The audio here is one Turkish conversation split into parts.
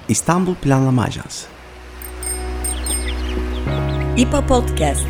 İstanbul Planlama Ajansı. İPA Podcast.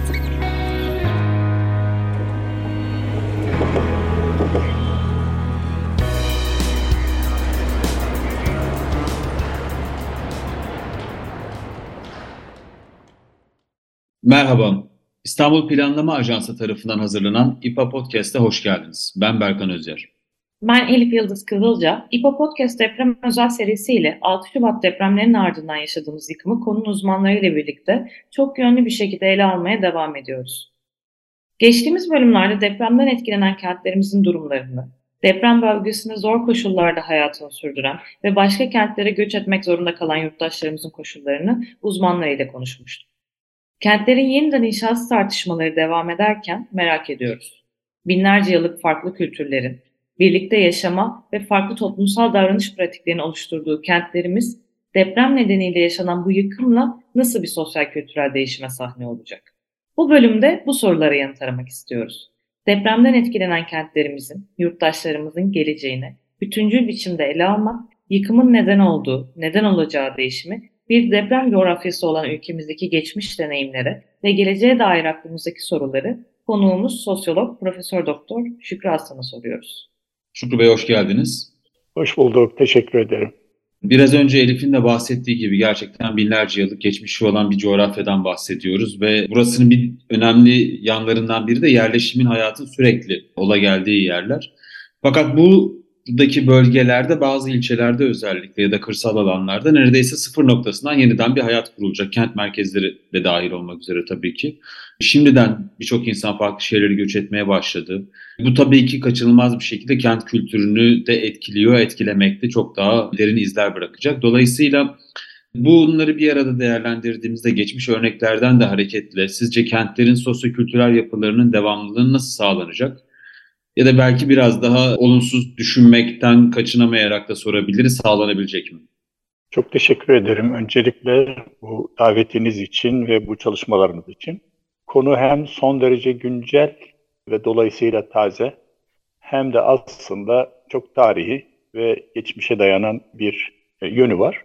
Merhaba, İstanbul Planlama Ajansı tarafından hazırlanan İPA Podcast'a hoş geldiniz. Ben Berkan Özyer. Ben Elif Yıldız Kızılca. İPA Podcast deprem özel serisiyle 6 Şubat depremlerinin ardından yaşadığımız yıkımı konunun uzmanlarıyla birlikte çok yönlü bir şekilde ele almaya devam ediyoruz. Geçtiğimiz bölümlerde depremden etkilenen kentlerimizin durumlarını, deprem bölgesinde zor koşullarda hayatını sürdüren ve başka kentlere göç etmek zorunda kalan yurttaşlarımızın koşullarını uzmanlarıyla konuşmuştuk. Kentlerin yeniden inşası tartışmaları devam ederken merak ediyoruz. Binlerce yıllık farklı kültürlerin, birlikte yaşama ve farklı toplumsal davranış pratiklerini oluşturduğu kentlerimiz deprem nedeniyle yaşanan bu yıkımla nasıl bir sosyal kültürel değişime sahne olacak? Bu bölümde bu sorulara yanıt aramak istiyoruz. Depremden etkilenen kentlerimizin, yurttaşlarımızın geleceğini bütüncül biçimde ele almak, yıkımın neden olduğu, neden olacağı değişimi, bir deprem coğrafyası olan ülkemizdeki geçmiş deneyimlere ve geleceğe dair aklımızdaki soruları konuğumuz sosyolog Profesör Doktor Şükrü Aslan'a soruyoruz. Şükrü Bey hoş geldiniz. Hoş bulduk, teşekkür ederim. Biraz önce Elif'in de bahsettiği gibi gerçekten binlerce yıllık geçmişi olan bir coğrafyadan bahsediyoruz ve burasının bir önemli yanlarından biri de yerleşimin hayatın sürekli ola geldiği yerler. Fakat buradaki bölgelerde bazı ilçelerde özellikle ya da kırsal alanlarda neredeyse sıfır noktasından yeniden bir hayat kurulacak. Kent merkezleri de dahil olmak üzere tabii ki. Şimdiden birçok insan farklı şehirlere göç etmeye başladı. Bu tabii ki kaçınılmaz bir şekilde kent kültürünü de etkiliyor, etkilemekte çok daha derin izler bırakacak. Dolayısıyla bunları bir arada değerlendirdiğimizde geçmiş örneklerden de hareketle sizce kentlerin sosyokültürel yapılarının devamlılığı nasıl sağlanacak? Ya da belki biraz daha olumsuz düşünmekten kaçınamayarak da sorabiliriz, sağlanabilecek mi? Çok teşekkür ederim. Öncelikle bu davetiniz için ve bu çalışmalarınız için. Konu hem son derece güncel ve dolayısıyla taze, hem de aslında çok tarihi ve geçmişe dayanan bir yönü var.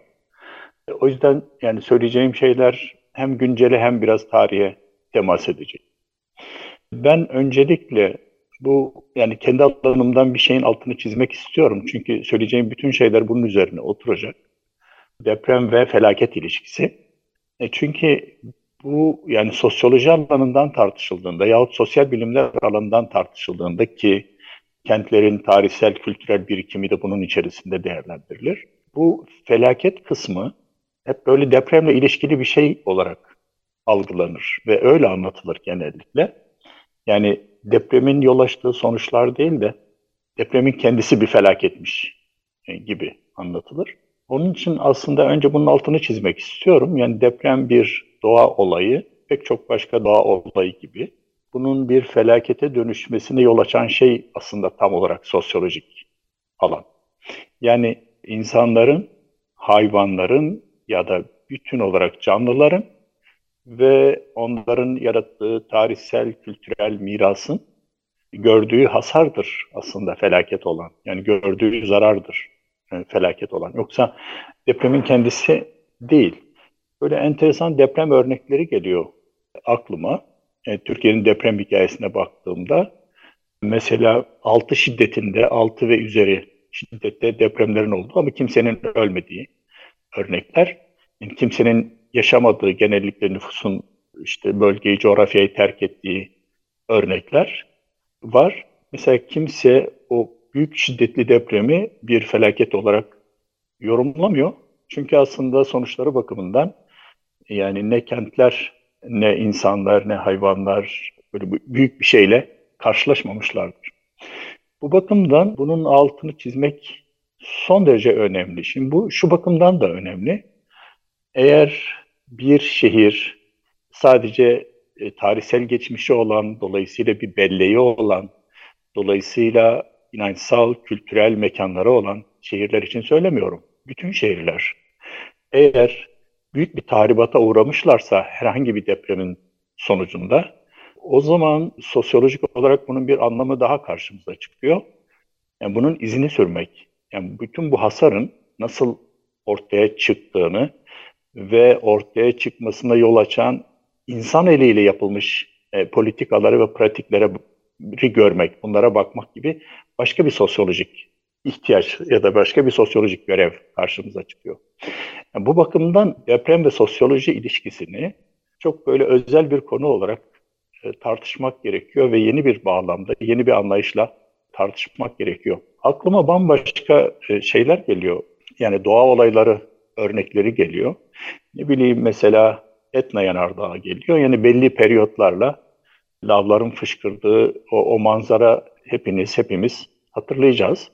O yüzden yani söyleyeceğim şeyler hem güncele hem biraz tarihe temas edecek. Ben öncelikle bu yani kendi alanımdan bir şeyin altını çizmek istiyorum. Çünkü söyleyeceğim bütün şeyler bunun üzerine oturacak. Deprem ve felaket ilişkisi. Çünkü bu yani sosyoloji alanından tartışıldığında yahut sosyal bilimler alanından tartışıldığında ki kentlerin tarihsel, kültürel birikimi de bunun içerisinde değerlendirilir. Bu felaket kısmı hep böyle depremle ilişkili bir şey olarak algılanır ve öyle anlatılır genellikle. Yani depremin yol açtığı sonuçlar değil de depremin kendisi bir felaketmiş gibi anlatılır. Onun için aslında önce bunun altını çizmek istiyorum. Yani deprem bir doğa olayı, pek çok başka doğa olayı gibi. Bunun bir felakete dönüşmesine yol açan şey aslında tam olarak sosyolojik alan. Yani insanların, hayvanların ya da bütün olarak canlıların ve onların yarattığı tarihsel, kültürel mirasın gördüğü hasardır aslında felaket olan. Yani gördüğü zarardır felaket olan. Yoksa depremin kendisi değil. Böyle enteresan deprem örnekleri geliyor aklıma. Türkiye'nin deprem hikayesine baktığımda mesela 6 şiddetinde, 6 ve üzeri şiddette depremlerin olduğu ama kimsenin ölmediği örnekler. Yani kimsenin yaşamadığı, genellikle nüfusun işte bölgeyi, coğrafyayı terk ettiği örnekler var. Mesela kimse o büyük şiddetli depremi bir felaket olarak yorumlamıyor. Çünkü aslında sonuçları bakımından yani ne kentler, ne insanlar, ne hayvanlar böyle büyük bir şeyle karşılaşmamışlardır. Bu bakımdan bunun altını çizmek son derece önemli. Şimdi bu şu bakımdan da önemli. Eğer bir şehir sadece tarihsel geçmişi olan, dolayısıyla bir belleği olan, dolayısıyla inançsal, kültürel mekanları olan şehirler için söylemiyorum. Bütün şehirler. Eğer büyük bir tahribata uğramışlarsa herhangi bir depremin sonucunda, o zaman sosyolojik olarak bunun bir anlamı daha karşımıza çıkıyor. Yani bunun izini sürmek. Yani bütün bu hasarın nasıl ortaya çıktığını ve ortaya çıkmasına yol açan insan eliyle yapılmış politikaları ve pratikleri görmek, bunlara bakmak gibi başka bir sosyolojik ihtiyaç ya da başka bir sosyolojik görev karşımıza çıkıyor. Yani bu bakımdan deprem ve sosyoloji ilişkisini çok böyle özel bir konu olarak tartışmak gerekiyor ve yeni bir bağlamda, yeni bir anlayışla tartışmak gerekiyor. Aklıma bambaşka şeyler geliyor. Yani doğa olayları örnekleri geliyor. Ne bileyim mesela Etna Yanardağı geliyor. Yani belli periyotlarla lavların fışkırdığı o manzara hepimiz hatırlayacağız.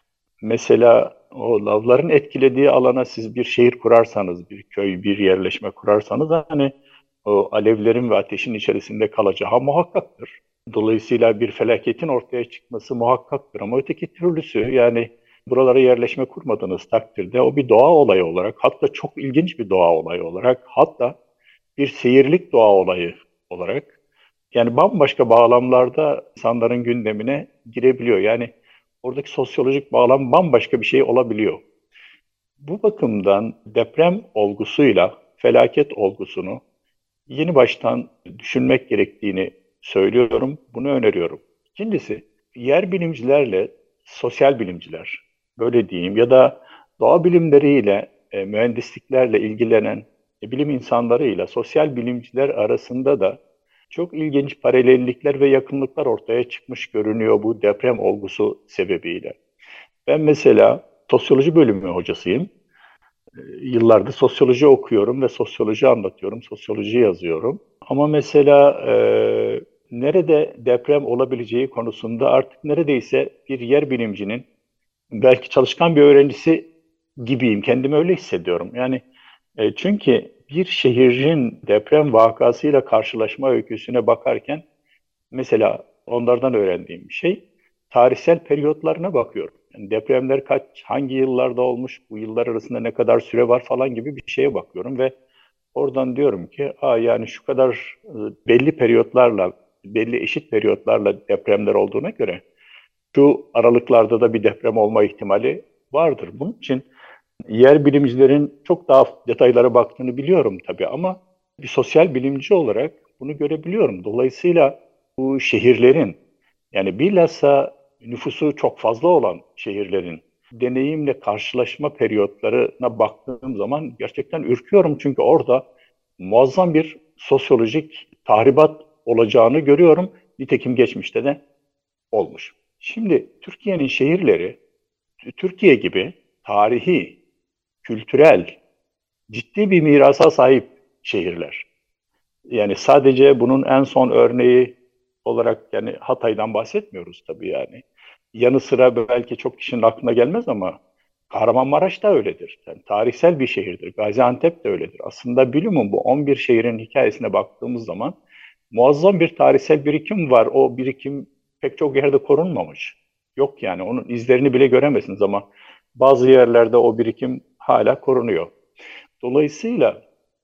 Mesela o lavların etkilediği alana siz bir şehir kurarsanız, bir köy, bir yerleşme kurarsanız hani o alevlerin ve ateşin içerisinde kalacağı muhakkaktır. Dolayısıyla bir felaketin ortaya çıkması muhakkaktır ama öteki türlüsü yani buralara yerleşme kurmadığınız takdirde o bir doğa olayı olarak hatta çok ilginç bir doğa olayı olarak hatta bir seyirlik doğa olayı olarak yani bambaşka bağlamlarda insanların gündemine girebiliyor. Yani oradaki sosyolojik bağlam bambaşka bir şey olabiliyor. Bu bakımdan deprem olgusuyla felaket olgusunu yeni baştan düşünmek gerektiğini söylüyorum, bunu öneriyorum. İkincisi, yer bilimcilerle sosyal bilimciler, böyle diyeyim ya da doğa bilimleriyle, mühendisliklerle ilgilenen bilim insanlarıyla sosyal bilimciler arasında da çok ilginç paralellikler ve yakınlıklar ortaya çıkmış görünüyor bu deprem olgusu sebebiyle. Ben mesela sosyoloji bölümü hocasıyım. Yıllardır sosyoloji okuyorum ve sosyoloji anlatıyorum, sosyoloji yazıyorum. Ama mesela nerede deprem olabileceği konusunda artık neredeyse bir yer bilimcinin, belki çalışkan bir öğrencisi gibiyim. Kendimi öyle hissediyorum. Yani çünkü bir şehrin deprem vakasıyla karşılaşma öyküsüne bakarken mesela onlardan öğrendiğim bir şey, tarihsel periyotlarına bakıyorum. Yani depremler hangi yıllarda olmuş, bu yıllar arasında ne kadar süre var falan gibi bir şeye bakıyorum ve oradan diyorum ki, yani şu kadar belli periyotlarla, belli eşit periyotlarla depremler olduğuna göre şu aralıklarda da bir deprem olma ihtimali vardır. Bunun için yer bilimcilerin çok daha detaylara baktığını biliyorum tabii ama bir sosyal bilimci olarak bunu görebiliyorum. Dolayısıyla bu şehirlerin yani bilhassa nüfusu çok fazla olan şehirlerin deneyimle karşılaşma periyotlarına baktığım zaman gerçekten ürküyorum. Çünkü orada muazzam bir sosyolojik tahribat olacağını görüyorum. Nitekim geçmişte de olmuş. Şimdi Türkiye'nin şehirleri Türkiye gibi tarihi, kültürel, ciddi bir mirasa sahip şehirler. Yani sadece bunun en son örneği olarak yani Hatay'dan bahsetmiyoruz tabii yani. Yanı sıra belki çok kişinin aklına gelmez ama Kahramanmaraş da öyledir. Yani tarihsel bir şehirdir. Gaziantep de öyledir. Aslında bilimin bu 11 şehrin hikayesine baktığımız zaman muazzam bir tarihsel birikim var. O birikim pek çok yerde korunmamış. Yok yani onun izlerini bile göremezsiniz ama bazı yerlerde o birikim hala korunuyor. Dolayısıyla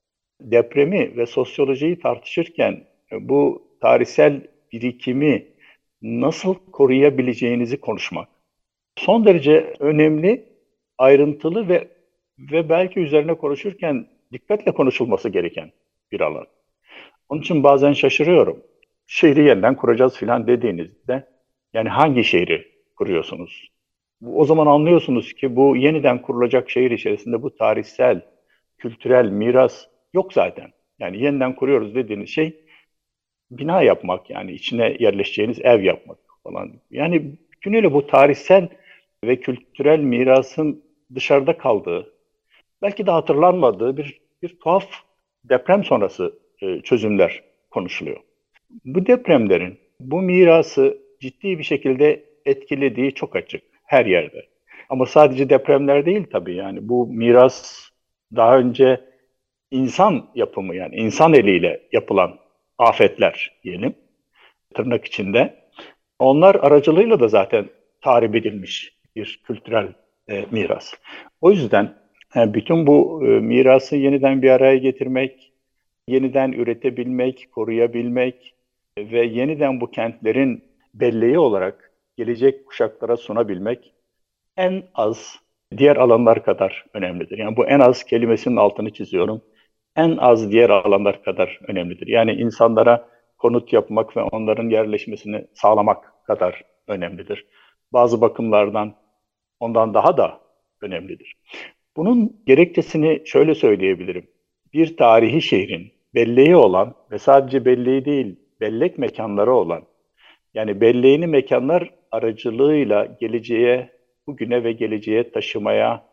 depremi ve sosyolojiyi tartışırken bu tarihsel birikimi nasıl koruyabileceğinizi konuşmak son derece önemli, ayrıntılı ve belki üzerine konuşurken dikkatle konuşulması gereken bir alan. Onun için bazen şaşırıyorum. Şehri yeniden kuracağız filan dediğinizde yani hangi şehri kuruyorsunuz? O zaman anlıyorsunuz ki bu yeniden kurulacak şehir içerisinde bu tarihsel, kültürel miras yok zaten. Yani yeniden kuruyoruz dediğiniz şey bina yapmak yani içine yerleşeceğiniz ev yapmak falan. Yani bütünüyle bu tarihsel ve kültürel mirasın dışarıda kaldığı, belki de hatırlanmadığı bir tuhaf deprem sonrası çözümler konuşuluyor. Bu depremlerin bu mirası ciddi bir şekilde etkilediği çok açık her yerde. Ama sadece depremler değil tabii yani bu miras daha önce insan yapımı yani insan eliyle yapılan afetler diyelim tırnak içinde. Onlar aracılığıyla da zaten tahrip edilmiş bir kültürel miras. O yüzden bütün bu mirası yeniden bir araya getirmek, yeniden üretebilmek, koruyabilmek ve yeniden bu kentlerin belleği olarak gelecek kuşaklara sunabilmek en az diğer alanlar kadar önemlidir. Yani bu en az kelimesinin altını çiziyorum. En az diğer alanlar kadar önemlidir. Yani insanlara konut yapmak ve onların yerleşmesini sağlamak kadar önemlidir. Bazı bakımlardan ondan daha da önemlidir. Bunun gerekçesini şöyle söyleyebilirim. Bir tarihi şehrin belleği olan ve sadece belleği değil, bellek mekanları olan, yani belleğini mekanlar aracılığıyla geleceğe, bugüne ve geleceğe taşımaya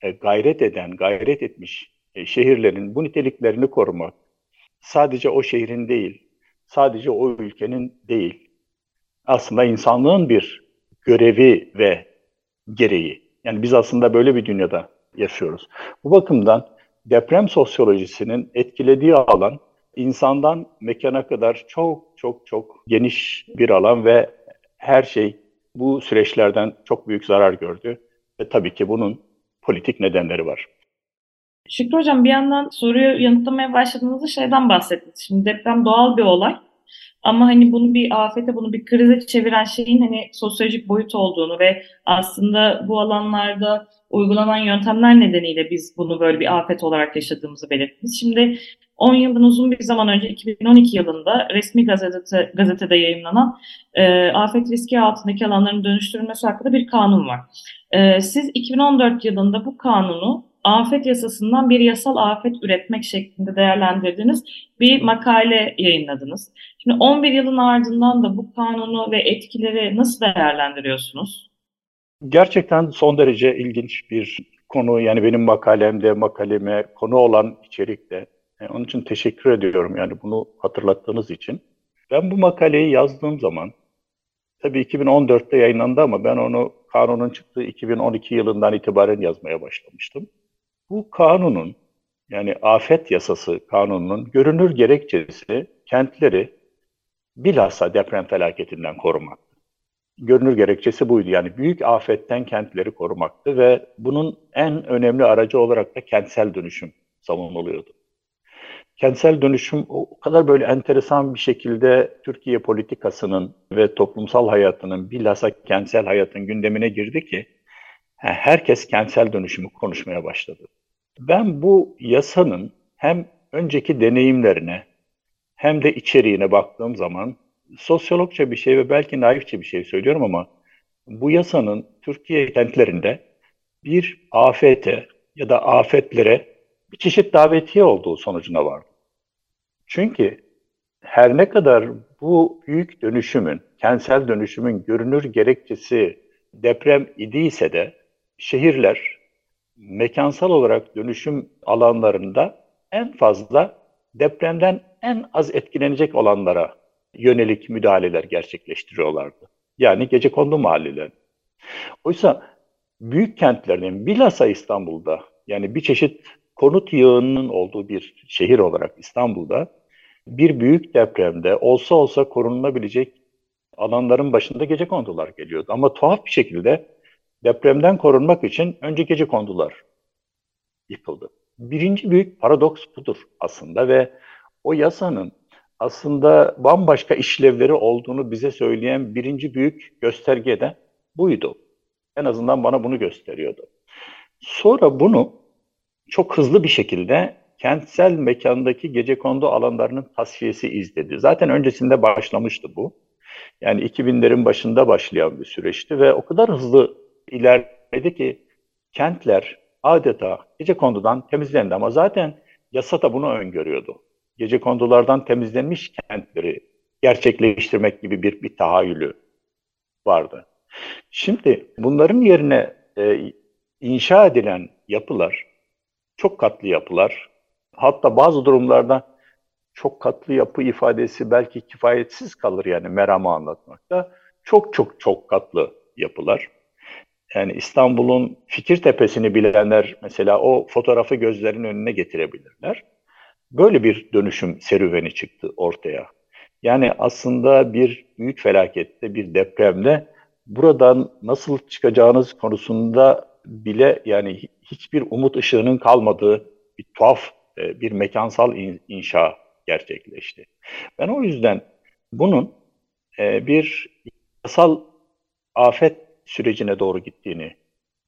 gayret etmiş şehirlerin bu niteliklerini korumak, sadece o şehrin değil, sadece o ülkenin değil, aslında insanlığın bir görevi ve gereği. Yani biz aslında böyle bir dünyada yaşıyoruz. Bu bakımdan deprem sosyolojisinin etkilediği alan insandan mekana kadar çok çok çok geniş bir alan ve her şey bu süreçlerden çok büyük zarar gördü. Ve tabii ki bunun politik nedenleri var. Şükrü Hocam, bir yandan soruyu yanıtlamaya başladığınızda şeyden bahsettiniz. Şimdi deprem doğal bir olay. Ama hani bunu bir afete, bunu bir krize çeviren şeyin hani sosyolojik boyut olduğunu ve aslında bu alanlarda uygulanan yöntemler nedeniyle biz bunu böyle bir afet olarak yaşadığımızı belirttiniz. Şimdi 10 yıldan uzun bir zaman önce 2012 yılında resmi gazetede yayınlanan afet riski altındaki alanların dönüştürülmesi hakkında bir kanun var. Siz 2014 yılında bu kanunu afet yasasından bir yasal afet üretmek şeklinde değerlendirdiğiniz bir makale yayınladınız. Şimdi 11 yılın ardından da bu kanunu ve etkileri nasıl değerlendiriyorsunuz? Gerçekten son derece ilginç bir konu. Yani benim makaleme konu olan içerikte. Onun için teşekkür ediyorum yani bunu hatırlattığınız için. Ben bu makaleyi yazdığım zaman, tabii 2014'te yayınlandı ama ben onu kanunun çıktığı 2012 yılından itibaren yazmaya başlamıştım. Bu kanunun, yani afet yasası kanununun görünür gerekçesi kentleri bilhassa deprem felaketinden korumak. Görünür gerekçesi buydu. Yani büyük afetten kentleri korumaktı ve bunun en önemli aracı olarak da kentsel dönüşüm savunuluyordu. Kentsel dönüşüm o kadar böyle enteresan bir şekilde Türkiye politikasının ve toplumsal hayatının, bilhassa kentsel hayatın gündemine girdi ki herkes kentsel dönüşümü konuşmaya başladı. Ben bu yasanın hem önceki deneyimlerine hem de içeriğine baktığım zaman sosyologça bir şey ve belki naifçe bir şey söylüyorum ama bu yasanın Türkiye kentlerinde bir afete ya da afetlere bir çeşit davetiye olduğu sonucuna vardım. Çünkü her ne kadar bu büyük dönüşümün, kentsel dönüşümün görünür gerekçesi deprem idiyse de şehirler mekansal olarak dönüşüm alanlarında en fazla depremden en az etkilenecek olanlara yönelik müdahaleler gerçekleştiriyorlardı. Yani gecekondu mahalleleri. Oysa büyük kentlerin bilhassa İstanbul'da yani bir çeşit konut yığınının olduğu bir şehir olarak İstanbul'da bir büyük depremde olsa olsa korunulabilecek alanların başında gecekondular geliyordu. Ama tuhaf bir şekilde depremden korunmak için önce gecekondular yıkıldı. Birinci büyük paradoks budur aslında ve o yasanın aslında bambaşka işlevleri olduğunu bize söyleyen birinci büyük gösterge de buydu. En azından bana bunu gösteriyordu. Sonra bunu çok hızlı bir şekilde kentsel mekandaki gecekondu alanlarının tasfiyesi izledi. Zaten öncesinde başlamıştı bu. Yani 2000'lerin başında başlayan bir süreçti ve o kadar hızlı ilerledi ki kentler adeta gecekondudan temizlendi ama zaten yasa da bunu öngörüyordu. Gecekondulardan temizlenmiş kentleri gerçekleştirmek gibi bir tahayyülü vardı. Şimdi bunların yerine inşa edilen yapılar çok katlı yapılar. Hatta bazı durumlarda çok katlı yapı ifadesi belki kifayetsiz kalır yani meramı anlatmakta. Çok çok çok katlı yapılar. Yani İstanbul'un Fikirtepe'sini bilenler mesela o fotoğrafı gözlerinin önüne getirebilirler. Böyle bir dönüşüm serüveni çıktı ortaya. Yani aslında bir büyük felakette, bir depremde buradan nasıl çıkacağınız konusunda bile yani hiçbir umut ışığının kalmadığı bir tuhaf bir mekansal inşa gerçekleşti. Ben o yüzden bunun bir yasal afet sürecine doğru gittiğini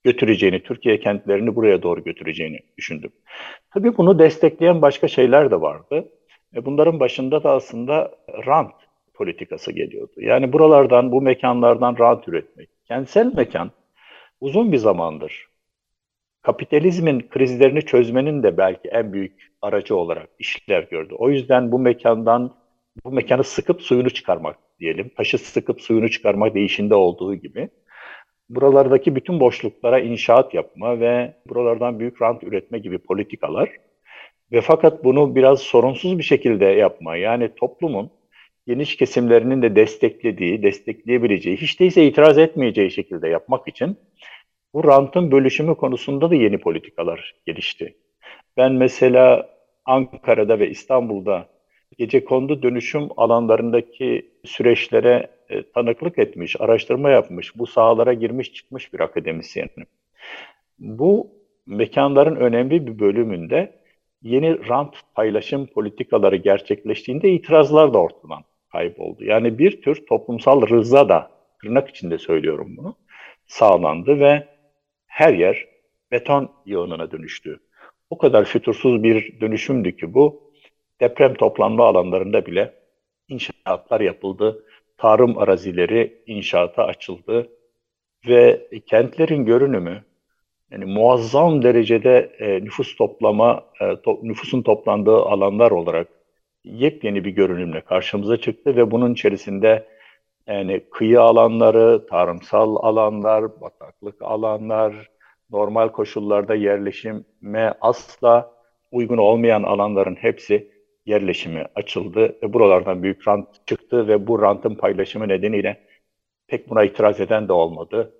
götüreceğini, Türkiye kentlerini buraya doğru götüreceğini düşündüm. Tabii bunu destekleyen başka şeyler de vardı. Bunların başında da aslında rant politikası geliyordu. Yani buralardan, bu mekanlardan rant üretmek. Kentsel mekan uzun bir zamandır kapitalizmin krizlerini çözmenin de belki en büyük aracı olarak işlev gördü. O yüzden bu mekanı sıkıp suyunu çıkarmak diyelim. Taşı sıkıp suyunu çıkarmak değişinde olduğu gibi. Buralardaki bütün boşluklara inşaat yapma ve buralardan büyük rant üretme gibi politikalar ve fakat bunu biraz sorunsuz bir şekilde yapma, yani toplumun geniş kesimlerinin de destekleyebileceği, hiç değilse itiraz etmeyeceği şekilde yapmak için bu rantın bölüşümü konusunda da yeni politikalar gelişti. Ben mesela Ankara'da ve İstanbul'da gecekondu dönüşüm alanlarındaki süreçlere tanıklık etmiş, araştırma yapmış, bu sahalara girmiş çıkmış bir akademisyenim. Bu mekanların önemli bir bölümünde yeni rant paylaşım politikaları gerçekleştiğinde itirazlar da ortadan kayboldu. Yani bir tür toplumsal rıza da, tırnak içinde söylüyorum bunu, sağlandı ve her yer beton yığınına dönüştü. O kadar fütursuz bir dönüşümdü ki bu, deprem toplanma alanlarında bile inşaatlar yapıldı, tarım arazileri inşaata açıldı ve kentlerin görünümü, yani muazzam derecede nüfusun toplandığı alanlar olarak yepyeni bir görünümle karşımıza çıktı ve bunun içerisinde yani kıyı alanları, tarımsal alanlar, bataklık alanlar, normal koşullarda yerleşime asla uygun olmayan alanların hepsi yerleşime açıldı ve buralardan büyük rant çıktı ve bu rantın paylaşımı nedeniyle pek buna itiraz eden de olmadı.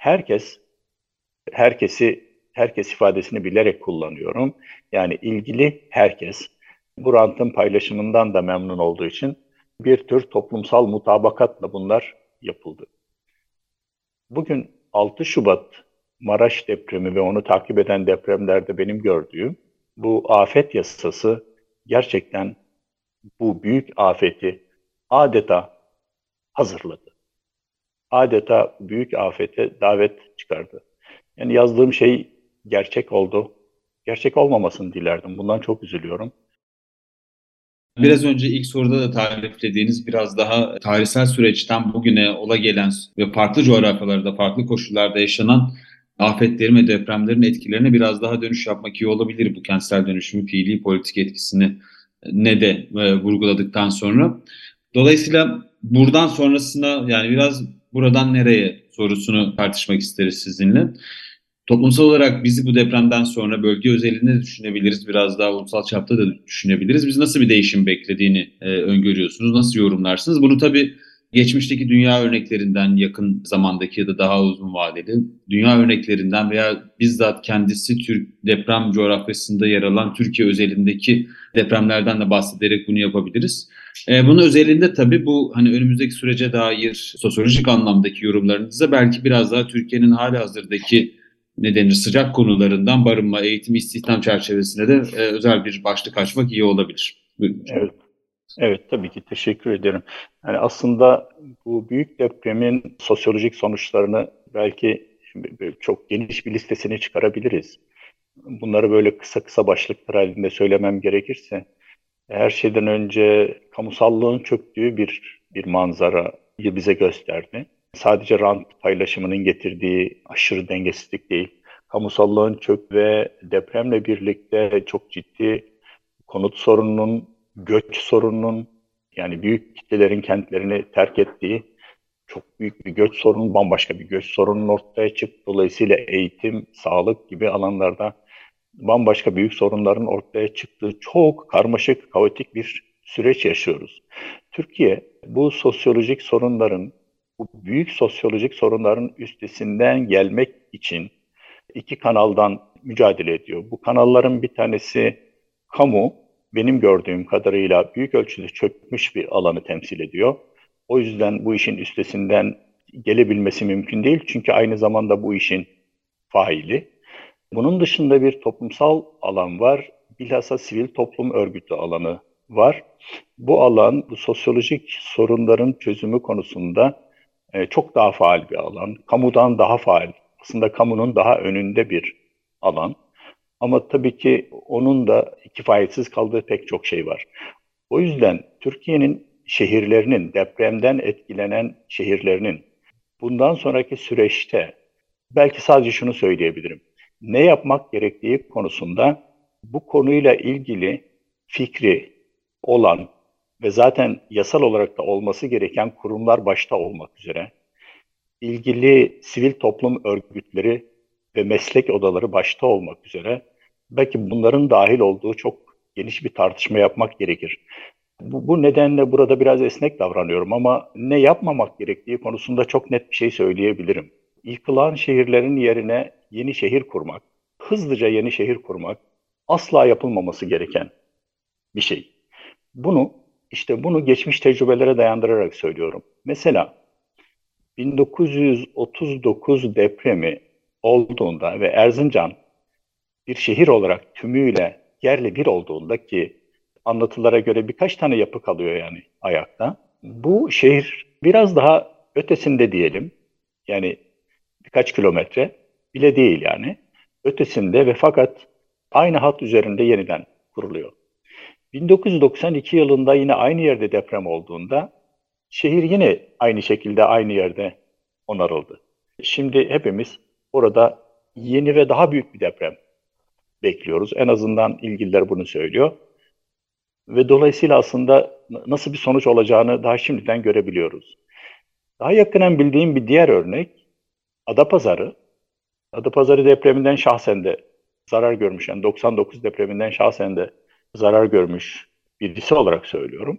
Herkes ifadesini bilerek kullanıyorum. Yani ilgili herkes bu rantın paylaşımından da memnun olduğu için bir tür toplumsal mutabakatla bunlar yapıldı. Bugün 6 Şubat Maraş depremi ve onu takip eden depremlerde benim gördüğüm bu afet yasası gerçekten bu büyük afeti adeta hazırladı. Adeta büyük afete davet çıkardı. Yani yazdığım şey gerçek oldu. Gerçek olmamasını dilerdim. Bundan çok üzülüyorum. Biraz önce ilk soruda da tariflediğiniz biraz daha tarihsel süreçten bugüne ola gelen ve farklı coğrafyalarda, farklı koşullarda yaşanan afetlerin ve depremlerin etkilerine biraz daha dönüş yapmak iyi olabilir, bu kentsel dönüşümün fiili politik etkisini ne de vurguladıktan sonra. Dolayısıyla buradan sonrasına, yani biraz buradan nereye sorusunu tartışmak isteriz sizinle. Toplumsal olarak bizi bu depremden sonra bölge özelinde de düşünebiliriz. Biraz daha ulusal çapta da düşünebiliriz. Biz nasıl bir değişim beklediğini öngörüyorsunuz? Nasıl yorumlarsınız? Bunu tabii geçmişteki dünya örneklerinden, yakın zamandaki ya da daha uzun vadeli dünya örneklerinden veya bizzat kendisi deprem coğrafyasında yer alan Türkiye özelindeki depremlerden de bahsederek bunu yapabiliriz. Bunun özelinde tabii bu hani önümüzdeki sürece dair sosyolojik anlamdaki yorumlarınızda belki biraz daha Türkiye'nin halihazırdaki sıcak konularından barınma, eğitim, istihdam çerçevesinde de özel bir başlık açmak iyi olabilir. Buyurun. Evet. Evet, tabii ki teşekkür ederim. Yani aslında bu büyük depremin sosyolojik sonuçlarını belki çok geniş bir listesini çıkarabiliriz. Bunları böyle kısa kısa başlıklar halinde söylemem gerekirse, her şeyden önce kamusallığın çöktüğü bir manzarayı bize gösterdi. Sadece rant paylaşımının getirdiği aşırı dengesizlik değil, kamusallığın ve depremle birlikte çok ciddi konut sorununun, göç sorununun, yani büyük kitlelerin kentlerini terk ettiği çok büyük bir göç sorunu, bambaşka bir göç sorunun ortaya çıktı. Dolayısıyla eğitim, sağlık gibi alanlarda bambaşka büyük sorunların ortaya çıktığı çok karmaşık, kaotik bir süreç yaşıyoruz. Türkiye bu sosyolojik sorunların, bu büyük sosyolojik sorunların üstesinden gelmek için iki kanaldan mücadele ediyor. Bu kanalların bir tanesi kamu, benim gördüğüm kadarıyla büyük ölçüde çökmüş bir alanı temsil ediyor. O yüzden bu işin üstesinden gelebilmesi mümkün değil. Çünkü aynı zamanda bu işin faili. Bunun dışında bir toplumsal alan var. Bilhassa sivil toplum örgütü alanı var. Bu alan, bu sosyolojik sorunların çözümü konusunda çok daha faal bir alan. Kamudan daha faal Aslında kamunun daha önünde bir alan. Ama tabii ki onun da kifayetsiz kaldığı pek çok şey var. O yüzden Türkiye'nin şehirlerinin, depremden etkilenen şehirlerinin bundan sonraki süreçte belki sadece şunu söyleyebilirim. Ne yapmak gerektiği konusunda bu konuyla ilgili fikri olan ve zaten yasal olarak da olması gereken kurumlar başta olmak üzere, ilgili sivil toplum örgütleri ve meslek odaları başta olmak üzere belki bunların dahil olduğu çok geniş bir tartışma yapmak gerekir. Bu nedenle burada biraz esnek davranıyorum ama ne yapmamak gerektiği konusunda çok net bir şey söyleyebilirim. Yıkılan şehirlerin yerine yeni şehir kurmak, hızlıca yeni şehir kurmak asla yapılmaması gereken bir şey. Bunu geçmiş tecrübelere dayandırarak söylüyorum. Mesela 1939 depremi olduğunda ve Erzincan bir şehir olarak tümüyle yerle bir olduğunda ki anlatılara göre birkaç tane yapı kalıyor yani ayakta. Bu şehir biraz daha ötesinde diyelim. Yani birkaç kilometre bile değil yani. Ötesinde ve fakat aynı hat üzerinde yeniden kuruluyor. 1992 yılında yine aynı yerde deprem olduğunda şehir yine aynı şekilde aynı yerde onarıldı. Şimdi hepimiz orada yeni ve daha büyük bir deprem bekliyoruz. En azından ilgililer bunu söylüyor. Ve dolayısıyla aslında nasıl bir sonuç olacağını daha şimdiden görebiliyoruz. Daha yakından bildiğim bir diğer örnek Adapazarı. Adapazarı depreminden şahsen de zarar görmüş. Yani 99 depreminden şahsen de zarar görmüş birisi olarak söylüyorum.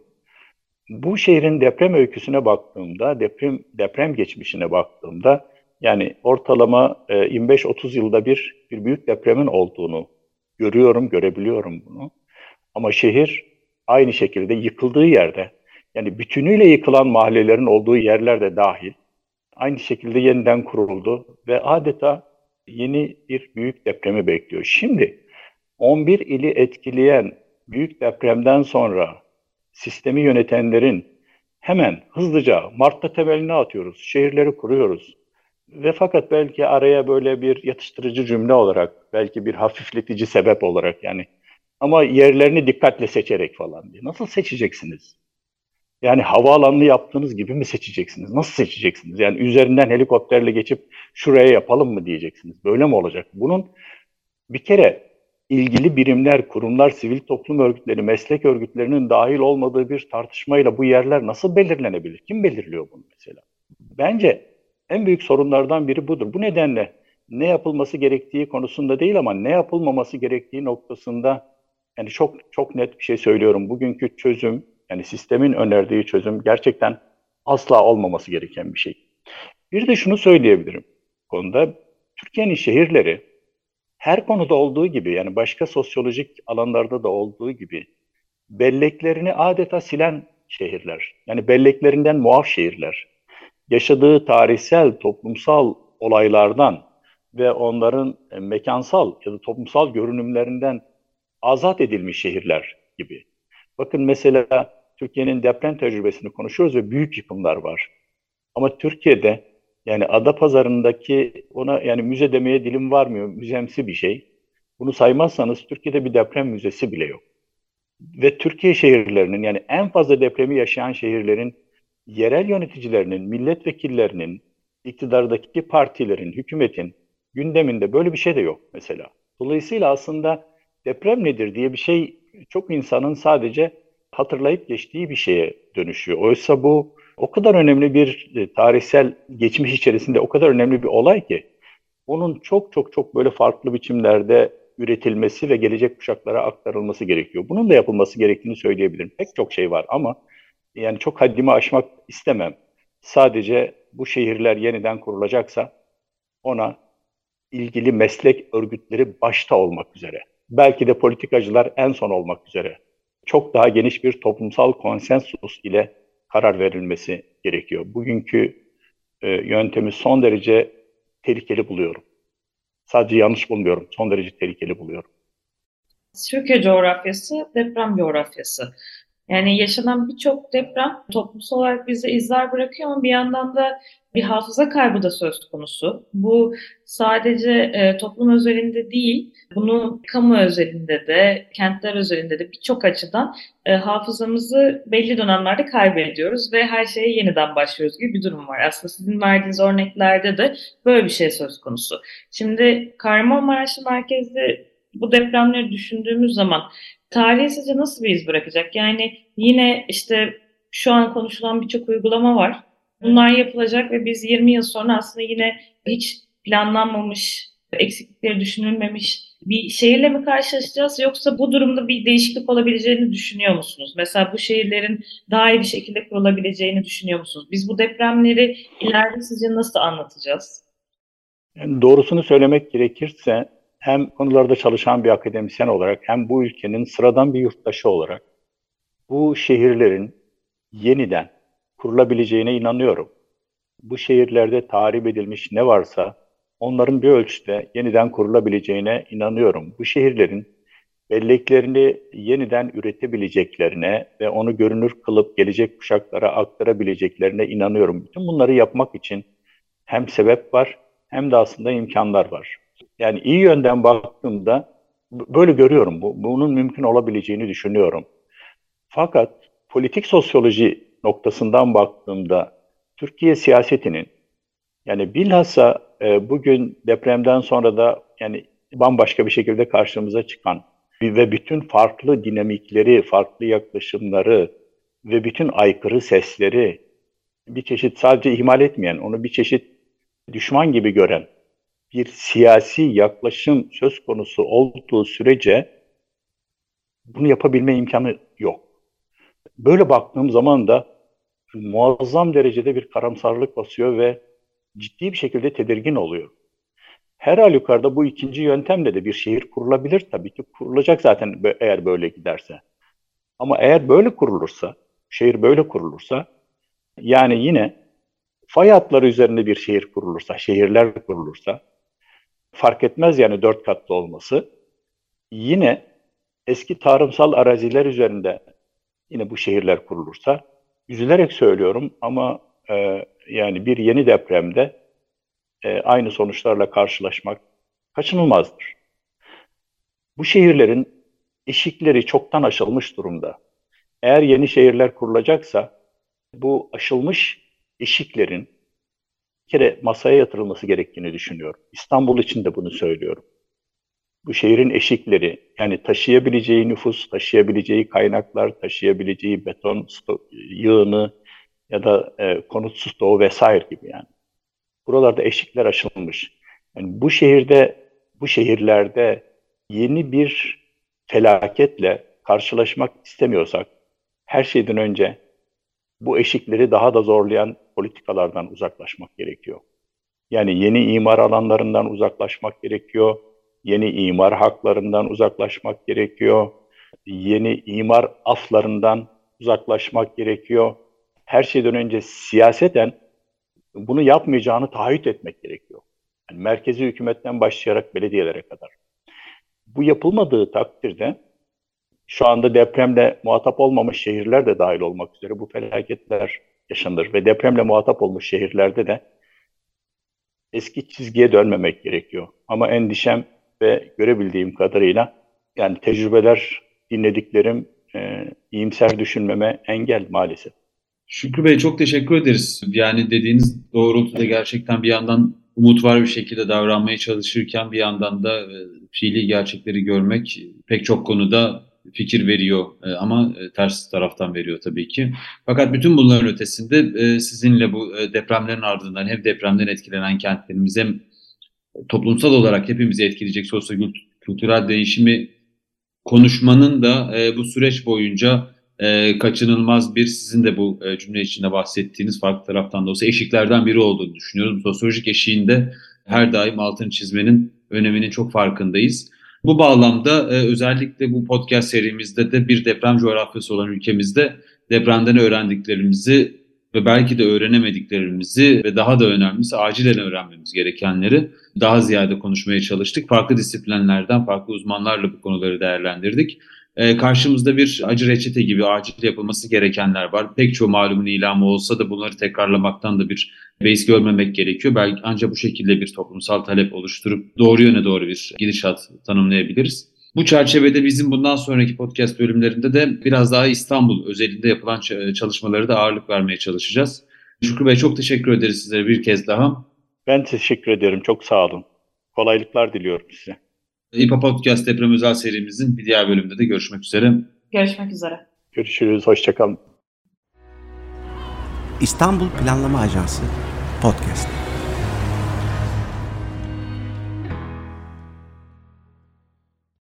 Bu şehrin deprem öyküsüne baktığımda, deprem geçmişine baktığımda yani ortalama 25-30 yılda bir büyük depremin olduğunu görüyorum, görebiliyorum bunu. Ama şehir aynı şekilde yıkıldığı yerde, yani bütünüyle yıkılan mahallelerin olduğu yerlerde dahil, aynı şekilde yeniden kuruldu ve adeta yeni bir büyük depremi bekliyor. Şimdi 11 ili etkileyen büyük depremden sonra sistemi yönetenlerin hemen hızlıca Mart'ta temelini atıyoruz, şehirleri kuruyoruz. Ve fakat belki araya böyle bir yatıştırıcı cümle olarak, belki bir hafifletici sebep olarak yani ama yerlerini dikkatle seçerek falan diye. Nasıl seçeceksiniz? Yani havaalanını yaptığınız gibi mi seçeceksiniz? Nasıl seçeceksiniz? Yani üzerinden helikopterle geçip şuraya yapalım mı diyeceksiniz? Böyle mi olacak? Bunun bir kere ilgili birimler, kurumlar, sivil toplum örgütleri, meslek örgütlerinin dahil olmadığı bir tartışmayla bu yerler nasıl belirlenebilir? Kim belirliyor bunu mesela? Bence en büyük sorunlardan biri budur. Bu nedenle ne yapılması gerektiği konusunda değil ama ne yapılmaması gerektiği noktasında yani çok çok net bir şey söylüyorum. Bugünkü çözüm yani sistemin önerdiği çözüm gerçekten asla olmaması gereken bir şey. Bir de şunu söyleyebilirim bu konuda. Türkiye'nin şehirleri her konuda olduğu gibi yani başka sosyolojik alanlarda da olduğu gibi belleklerini adeta silen şehirler. Yani belleklerinden muaf şehirler. Yaşadığı tarihsel, toplumsal olaylardan ve onların mekansal ya da toplumsal görünümlerinden azat edilmiş şehirler gibi. Bakın mesela Türkiye'nin deprem tecrübesini konuşuyoruz ve büyük yıkımlar var. Ama Türkiye'de yani Adapazarı'ndaki ona yani müze demeye dilim varmıyor, müzemsi bir şey. Bunu saymazsanız Türkiye'de bir deprem müzesi bile yok. Ve Türkiye şehirlerinin yani en fazla depremi yaşayan şehirlerin yerel yöneticilerinin, milletvekillerinin, iktidardaki partilerin, hükümetin gündeminde böyle bir şey de yok mesela. Dolayısıyla aslında deprem nedir diye bir şey çok insanın sadece hatırlayıp geçtiği bir şeye dönüşüyor. Oysa bu o kadar önemli bir tarihsel geçmiş içerisinde o kadar önemli bir olay ki onun çok çok çok böyle farklı biçimlerde üretilmesi ve gelecek kuşaklara aktarılması gerekiyor. Bunun da yapılması gerektiğini söyleyebilirim. Pek çok şey var ama yani çok haddimi aşmak istemem. Sadece bu şehirler yeniden kurulacaksa ona ilgili meslek örgütleri başta olmak üzere, belki de politikacılar en son olmak üzere çok daha geniş bir toplumsal konsensus ile karar verilmesi gerekiyor. Bugünkü yöntemi son derece tehlikeli buluyorum. Sadece yanlış bulmuyorum, son derece tehlikeli buluyorum. Türkiye coğrafyası deprem coğrafyası. Yani yaşanan birçok deprem toplumsal olarak bize izler bırakıyor ama bir yandan da bir hafıza kaybı da söz konusu. Bu sadece toplum özelinde değil, bunu kamu özelinde de, kentler özelinde de birçok açıdan hafızamızı belli dönemlerde kaybediyoruz ve her şeye yeniden başlıyoruz gibi bir durum var. Aslında sizin verdiğiniz örneklerde de böyle bir şey söz konusu. Şimdi Kahramanmaraş merkezli bu depremleri düşündüğümüz zaman tarihi sizce nasıl bir iz bırakacak? Yani yine işte şu an konuşulan birçok uygulama var. Bunlar yapılacak ve biz 20 yıl sonra aslında yine hiç planlanmamış, eksiklikleri düşünülmemiş bir şehirle mi karşılaşacağız yoksa bu durumda bir değişiklik olabileceğini düşünüyor musunuz? Mesela bu şehirlerin daha iyi bir şekilde kurulabileceğini düşünüyor musunuz? Biz bu depremleri ileride sizce nasıl anlatacağız? Yani doğrusunu söylemek gerekirse hem konularda çalışan bir akademisyen olarak hem bu ülkenin sıradan bir yurttaşı olarak bu şehirlerin yeniden kurulabileceğine inanıyorum. Bu şehirlerde tahrip edilmiş ne varsa onların bir ölçüde yeniden kurulabileceğine inanıyorum. Bu şehirlerin belleklerini yeniden üretebileceklerine ve onu görünür kılıp gelecek kuşaklara aktarabileceklerine inanıyorum. Bütün bunları yapmak için hem sebep var hem de aslında imkanlar var. Yani iyi yönden baktığımda böyle görüyorum. Bunun mümkün olabileceğini düşünüyorum. Fakat politik sosyoloji noktasından baktığımda Türkiye siyasetinin yani bilhassa bugün depremden sonra da yani bambaşka bir şekilde karşımıza çıkan ve bütün farklı dinamikleri, farklı yaklaşımları ve bütün aykırı sesleri bir çeşit sadece ihmal etmeyen, onu bir çeşit düşman gibi gören bir siyasi yaklaşım söz konusu olduğu sürece bunu yapabilme imkanı yok. Böyle baktığım zaman da muazzam derecede bir karamsarlık basıyor ve ciddi bir şekilde tedirgin oluyor. Her halükarda bu ikinci yöntemle de bir şehir kurulabilir. Tabii ki kurulacak zaten eğer böyle giderse. Ama eğer böyle kurulursa, şehir böyle kurulursa, yani yine fay hatları üzerinde bir şehir kurulursa, şehirler kurulursa, fark etmez yani 4 katlı olması, yine eski tarımsal araziler üzerinde yine bu şehirler kurulursa, üzülerek söylüyorum ama yani bir yeni depremde aynı sonuçlarla karşılaşmak kaçınılmazdır. Bu şehirlerin eşikleri çoktan aşılmış durumda. Eğer yeni şehirler kurulacaksa bu aşılmış eşiklerin bir kere masaya yatırılması gerektiğini düşünüyorum. İstanbul için de bunu söylüyorum. Bu şehrin eşikleri yani taşıyabileceği nüfus, taşıyabileceği kaynaklar, taşıyabileceği beton yığını ya da konut stoğu vesaire gibi yani. Buralarda eşikler aşılmış. Yani bu şehirlerde yeni bir felaketle karşılaşmak istemiyorsak, her şeyden önce bu eşikleri daha da zorlayan politikalardan uzaklaşmak gerekiyor. Yani yeni imar alanlarından uzaklaşmak gerekiyor, yeni imar haklarından uzaklaşmak gerekiyor, yeni imar aflarından uzaklaşmak gerekiyor. Her şeyden önce siyaseten bunu yapmayacağını taahhüt etmek gerekiyor. Yani merkezi hükümetten başlayarak belediyelere kadar. Bu yapılmadığı takdirde şu anda depremle muhatap olmamış şehirler de dahil olmak üzere bu felaketler yaşanır ve depremle muhatap olmuş şehirlerde de eski çizgiye dönmemek gerekiyor. Ama endişem ve görebildiğim kadarıyla yani tecrübeler, dinlediklerim iyimser düşünmeme engel maalesef. Şükrü Bey çok teşekkür ederiz. Yani dediğiniz doğrultuda gerçekten bir yandan umut var bir şekilde davranmaya çalışırken bir yandan da fiili gerçekleri görmek pek çok konuda fikir veriyor ama ters taraftan veriyor tabii ki. Fakat bütün bunların ötesinde sizinle bu depremlerin ardından hem depremden etkilenen kentlerimiz hem toplumsal olarak hepimizi etkileyecek sosyo-kültürel değişimi konuşmanın da bu süreç boyunca kaçınılmaz bir sizin de bu cümle içinde bahsettiğiniz farklı taraftan da olsa eşiklerden biri olduğunu düşünüyorum. Sosyolojik eşiğinde her daim altını çizmenin öneminin çok farkındayız. Bu bağlamda özellikle bu podcast serimizde de bir deprem coğrafyası olan ülkemizde depremden öğrendiklerimizi ve belki de öğrenemediklerimizi ve daha da önemlisi acilen öğrenmemiz gerekenleri daha ziyade konuşmaya çalıştık. Farklı disiplinlerden, farklı uzmanlarla bu konuları değerlendirdik. Karşımızda bir acı reçete gibi acil yapılması gerekenler var. Pek çoğu malumun ilamı olsa da bunları tekrarlamaktan da bir beis görmemek gerekiyor. Belki ancak bu şekilde bir toplumsal talep oluşturup doğru yöne doğru bir gidişat tanımlayabiliriz. Bu çerçevede bizim bundan sonraki podcast bölümlerinde de biraz daha İstanbul özelinde yapılan çalışmaları da ağırlık vermeye çalışacağız. Şükrü Bey, çok teşekkür ederiz sizlere bir kez daha. Ben teşekkür ederim. Çok sağ olun. Kolaylıklar diliyorum size. İPA Podcast deprem özel serimizin bir diğer bölümünde de görüşmek üzere. Görüşmek üzere. Görüşürüz. Hoşça kalın. İstanbul Planlama Ajansı Podcast.